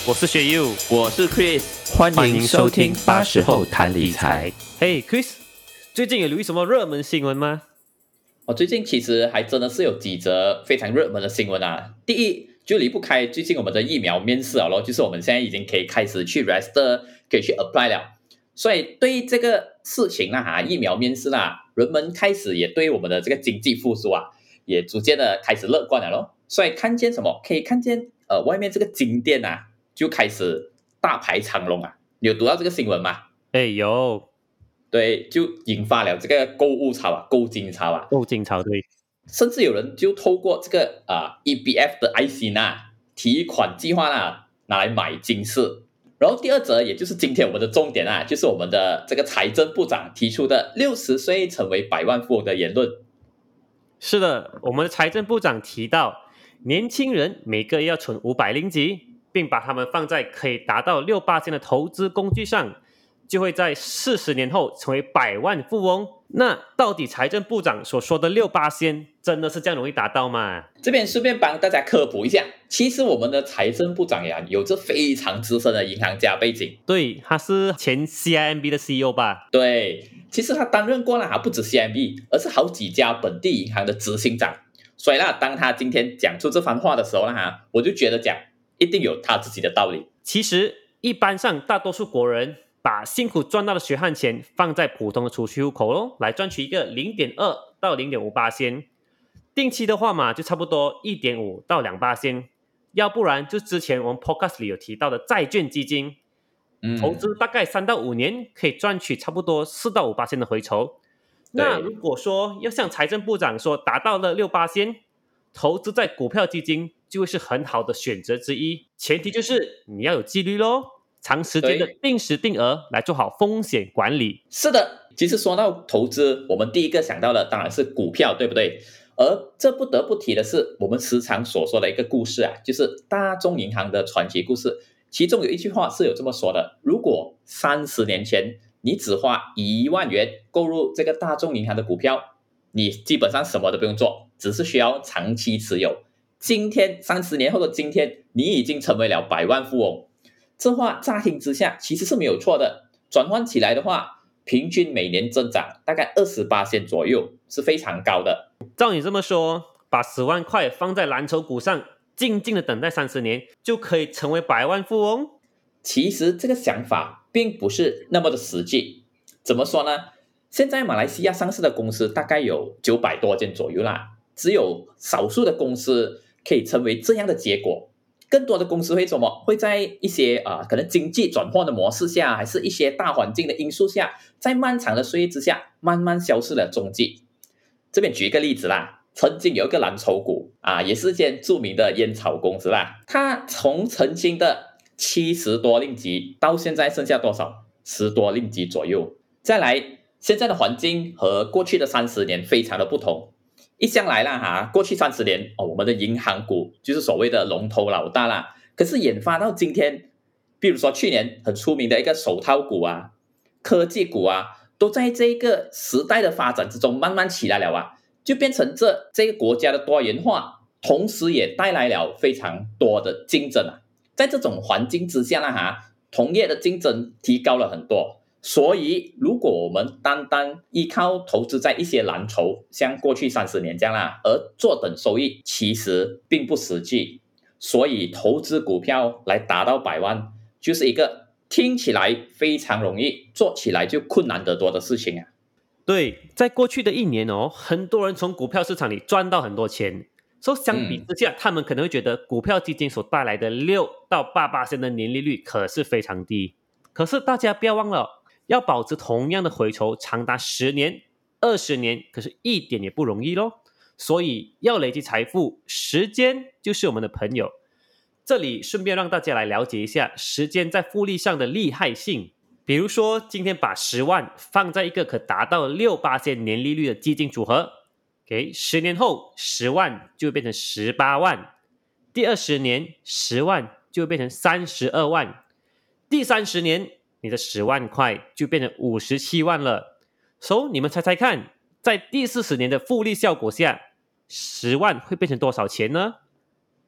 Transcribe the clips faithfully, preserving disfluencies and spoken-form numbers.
我是学友， 我是 Chris， 欢迎收听八十后谈理财。 嘿、hey, Chris， 最近有留意什么热门新闻吗？ 我最近其实还真的是有几则非常热门的新闻啊。第一，就离不开最近我们的疫苗面世了咯，就是我们现在已经可以开始去 register， 可以去 apply 了。所以对于这个事情啦哈，疫苗面世啦，人们开始也对我们的这个经济复苏啊，也逐渐的开始乐观了咯。所以看见什么？可以看见呃外面这个金店啊，就开始大排长龙啊。你有读到这个新闻吗？ 哎，有。 对，就引发了这个购物潮啊，购金潮啊， 购金潮对， 甚至有人就透过这个啊、呃、E B F 的 I C 呢提款计划啦，拿来买金饰。然后第二则，也就是今天我们的重点啊，就是我们的这个财政部长提出的六十岁成为百万富翁的言论。 是的，我们的财政部长提到，年轻人每个月要存五百令吉，并把它们放在可以达到六八千的投资工具上，就会在四十年后成为百万富翁。那到底财政部长所说的六八千真的是这样容易达到吗？ 这边顺便帮大家科普一下，其实我们的财政部长呀，有着非常资深的银行家背景。 对，他是前 C I M B 的 C E O 吧？ 对，其实他担任过了，还不止 C I M B， 而是好几家本地银行的执行长。所以啦，当他今天讲出这番话的时候啦，我就觉得讲一定有他自己的道理。 其实一般上大多数国人把辛苦赚到的血汗钱放在普通的储蓄户口咯，来赚取一个 零点二到零点五八仙，定期的话嘛，就差不多 一点五到两八仙，要不然就之前我们 podcast 里有提到的债券基金， 嗯， 投资大概三到五年可以赚取差不多四到五八仙的回酬。那如果说要像财政部长说达到了六八仙，投资在股票基金就会是很好的选择之一，前提就是你要有纪律咯，长时间的定时定额来做好风险管理。 是的，其实说到投资，我们第一个想到的当然是股票，对不对？而这不得不提的是我们时常所说的一个故事啊，就是大众银行的传奇故事。其中有一句话是有这么说的：如果三十年前你只花一万元购入这个大众银行的股票，你基本上什么都不用做，只是需要长期持有。今天三十年后的今天，你已经成为了百万富翁。这话乍听之下其实是没有错的，转换起来的话，平均每年增长大概 百分之二十八 左右，是非常高的。 照你这么说，把十万块放在蓝筹股上，静静的等待三十年，就可以成为百万富翁？ 其实这个想法并不是那么的实际。怎么说呢？现在马来西亚上市的公司大概有九百多间左右啦，只有少数的公司可以成为这样的结果。更多的公司会什么？会在一些啊、呃，可能经济转换的模式下，还是一些大环境的因素下，在漫长的岁月之下，慢慢消失了踪迹。这边举一个例子啦，曾经有一个蓝筹股啊，也是一间著名的烟草公司啦，它从曾经的七十多令吉，到现在剩下多少？十多令吉左右。再来，现在的环境和过去的三十年非常的不同。一向来啦哈，过去三十年哦，我们的银行股就是所谓的龙头老大啦。可是研发到今天，比如说去年很出名的一个手套股啊、科技股啊，都在这个时代的发展之中慢慢起来了啊，就变成这这个国家的多元化，同时也带来了非常多的竞争啊。在这种环境之下啦哈，同业的竞争提高了很多。所以如果我们单单依靠投资在一些蓝筹，像过去三十年这样啦，而坐等收益，其实并不实际。所以投资股票来达到百万，就是一个听起来非常容易，做起来就困难得多的事情啊。 对，在过去的一年哦，很多人从股票市场里赚到很多钱，所以相比之下、嗯、他们可能会觉得股票基金所带来的六到八巴仙的年利率可是非常低。可是大家不要忘了，要保持同样的回酬长达十年、二十年，可是一点也不容易咯。所以要累积财富，时间就是我们的朋友。这里顺便让大家来了解一下时间在复利上的厉害性。比如说，今天把十万放在一个可达到六八仙年利率的基金组合，给十年后十万就会变成十八万，第二十年十万就会变成三十二万，第三十年你的十万块就变成五十七万了。所以你们猜猜看，在第四十年的复利效果下，十万会变成多少钱呢？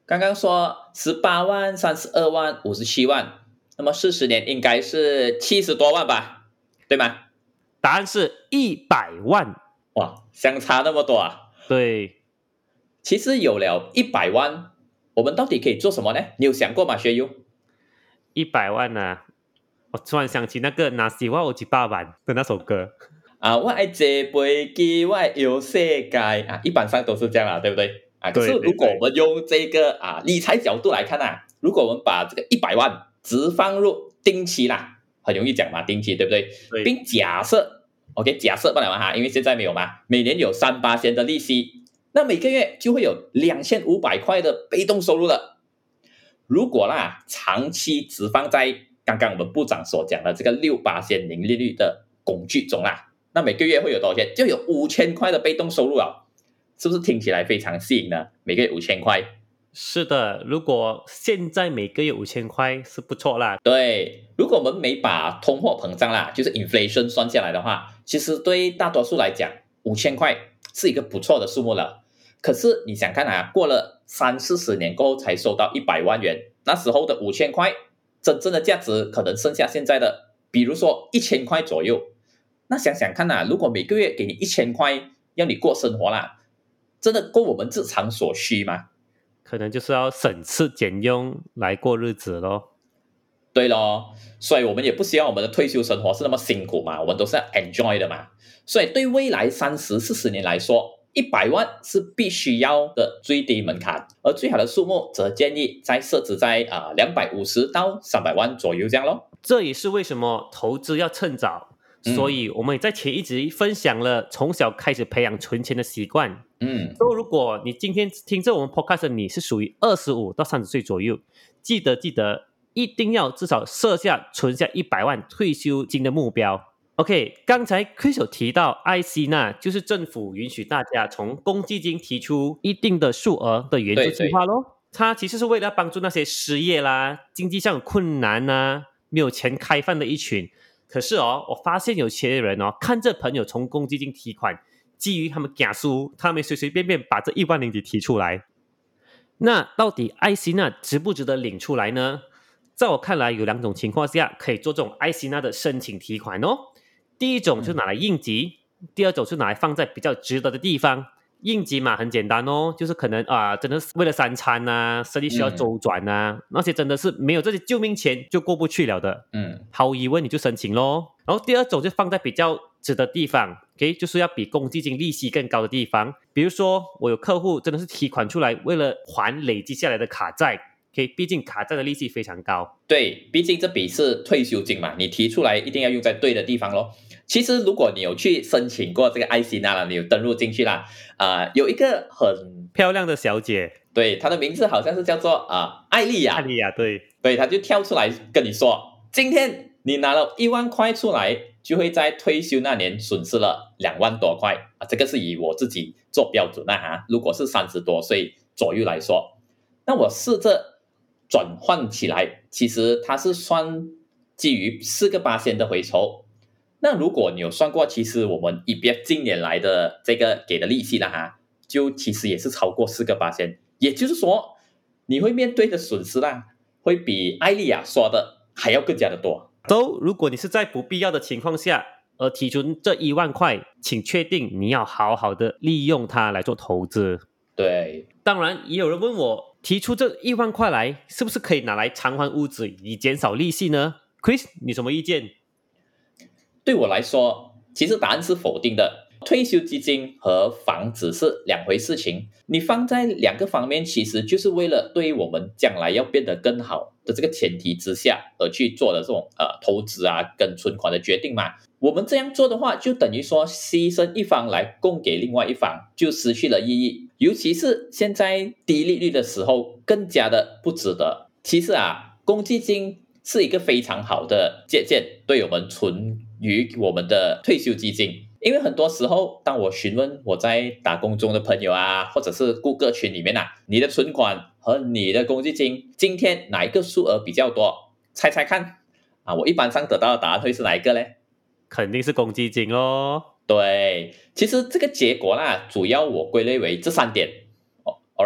刚刚说十八万、三十二万、五十七万，那么四十年应该是七十多万吧，对吗？ 答案是一百万。 哇，相差那么多啊！ 对， 其实有了一百万，我们到底可以做什么呢？你有想过吗，学友？ 一百万啊！我突然想起那个那西瓦我几百万的那首歌啊，我爱这杯机，我爱游世界啊，一般上都是这样啦，对不对？啊，可是对对如果我们用这个啊理财角度来看啊，如果我们把这个一百万只放入定期啦，很容易讲嘛，定期对不对？ 对， 并假设 ，OK， 假设不了嘛哈，因为现在没有嘛，每年有三八千的利息，那每个月就会有两千五百块的被动收入了。如果啦，长期只放在刚刚我们部长所讲的这个六八千零利率的工具中啦，那每个月会有多少钱？就有五千块的被动收入了，是不是听起来非常吸引呢？每个月五千块。 是的，如果现在每个月五千块是不错啦。 对，如果我们没把通货膨胀啦，就是 inflation 算下来的话，其实对大多数来讲，五千块是一个不错的数目了。可是你想看啊，过了三四十年过后才收到一百万元，那时候的五千块真正的价值可能剩下现在的，比如说一千块左右。那想想看啊，如果每个月给你一千块，要你过生活啦，真的够我们日常所需吗？ 可能就是要省吃俭用来过日子咯。 对咯，所以我们也不希望我们的退休生活是那么辛苦嘛，我们都是要 enjoy 的嘛。所以对未来三十四十年来说，一百万是必须要的最低门槛，而最好的数目则建议在设置在啊两百五十到三百万左右这样咯。 这也是为什么投资要趁早。所以我们也在前一集分享了从小开始培养存钱的习惯。 嗯， 所以如果你今天听着我们 podcast 的你是属于二十五到三十岁左右，记得记得一定要至少设下存下一百万退休金的目标。OK， 刚才 Chris 有提到 I C 那就是政府允许大家从公积金提出一定的数额的援助计划咯。它其实是为了帮助那些失业啦、经济上有困难啦、没有钱开饭的一群。可是哦，我发现有些人哦，看着朋友从公积金提款，基于他们假输，他们随随便便把这一万零几提出来。那到底 I C 那值不值得领出来呢？在我看来，有两种情况下可以做这种 I C 那的申请提款哦。第一种就是拿来应急，嗯、第二种是拿来放在比较值得的地方。应急嘛，很简单哦，就是可能啊、呃，真的是为了三餐啊，生意需要周转啊，嗯、那些真的是没有这些救命钱就过不去了的。嗯，毫无疑问你就申请咯。然后第二种就放在比较值得的地方 ，OK， 就是要比公积金利息更高的地方。比如说，我有客户真的是提款出来，为了还累积下来的卡债。OK， 毕竟卡债的利息非常高。 对，毕竟这笔是退休金嘛，你提出来一定要用在对的地方咯。其实如果你有去申请过这个 I C 那了，你有登录进去啦，啊、呃，有一个很漂亮的小姐， 对，她的名字好像是叫做啊、呃、艾丽亚， 艾丽亚，对， 对，她就跳出来跟你说，今天你拿了一万块出来，就会在退休那年损失了两万多块啊，这个是以我自己做标准啦哈。如果是三十多岁左右来说，那我试着转换起来，其实它是算基于四个八仙的回酬。那如果你有算过，其实我们 E P F 近年来的这个给的利息啦哈，就其实也是超过四个八仙，也就是说你会面对的损失啦，会比艾丽亚说的还要更加的多。 都，如果你是在不必要的情况下而提出这一万块，请确定你要好好的利用它来做投资。 对， 当然也有人问我，提出这一万块来，是不是可以拿来偿还屋子以减少利息呢 ？Chris， 你什么意见？ 对我来说，其实答案是否定的。退休基金和房子是两回事情，你放在两个方面，其实就是为了对于我们将来要变得更好的这个前提之下而去做的这种呃投资啊跟存款的决定嘛。我们这样做的话，就等于说牺牲一方来供给另外一方，就失去了意义。尤其是现在低利率的时候，更加的不值得。其实啊，公积金是一个非常好的借鉴，对我们存于我们的退休基金。因为很多时候，当我询问我在打工中的朋友啊，或者是顾客群里面啊，你的存款和你的公积金今天哪一个数额比较多？猜猜看啊！我一般上得到的答案会是哪一个呢？ 肯定是公积金咯。 对，其实这个结果啦，主要我归类为这三点。哦 ，All right，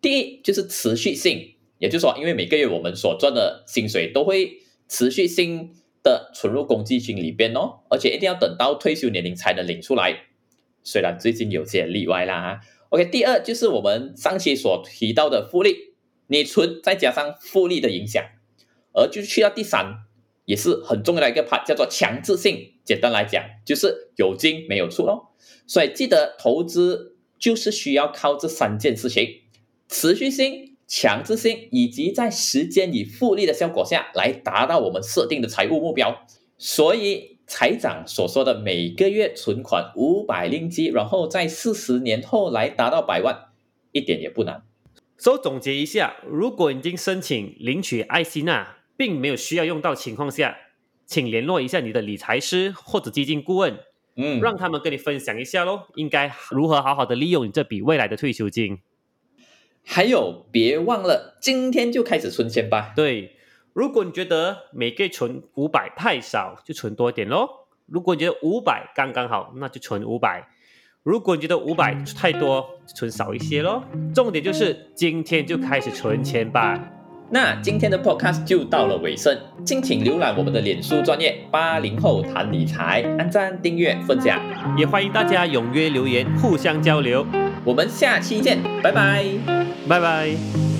第一就是持续性，也就是说，因为每个月我们所赚的薪水都会持续性的存入公积金里边哦，而且一定要等到退休年龄才能领出来，虽然最近有些例外啦。OK， 第二就是我们上期所提到的复利，你存再加上复利的影响，而就去到第三，也是很重要的一个 part， 叫做强制性。简单来讲，就是有进没有出咯。所以记得投资就是需要靠这三件事情：持续性、强制性，以及在时间与复利的效果下来达到我们设定的财务目标。所以财长所说的每个月存款五百令吉，然后在四十年后来达到百万，一点也不难。 所以总结一下，如果已经申请领取爱心啊，并没有需要用到情况下，请联络一下你的理财师或者基金顾问，嗯，让他们跟你分享一下咯，应该如何好好的利用你这笔未来的退休金。 还有，别忘了今天就开始存钱吧。 对，如果你觉得每个月存五百太少，就存多一点咯。如果你觉得五百刚刚好，那就存五百。如果你觉得五百太多，就存少一些咯。重点就是今天就开始存钱吧。 那今天的 podcast 就到了尾声，敬请浏览我们的脸书专页八零后谈理财，按赞、订阅、分享， 也欢迎大家踊跃留言，互相交流。 我们下期见，拜拜， 拜拜。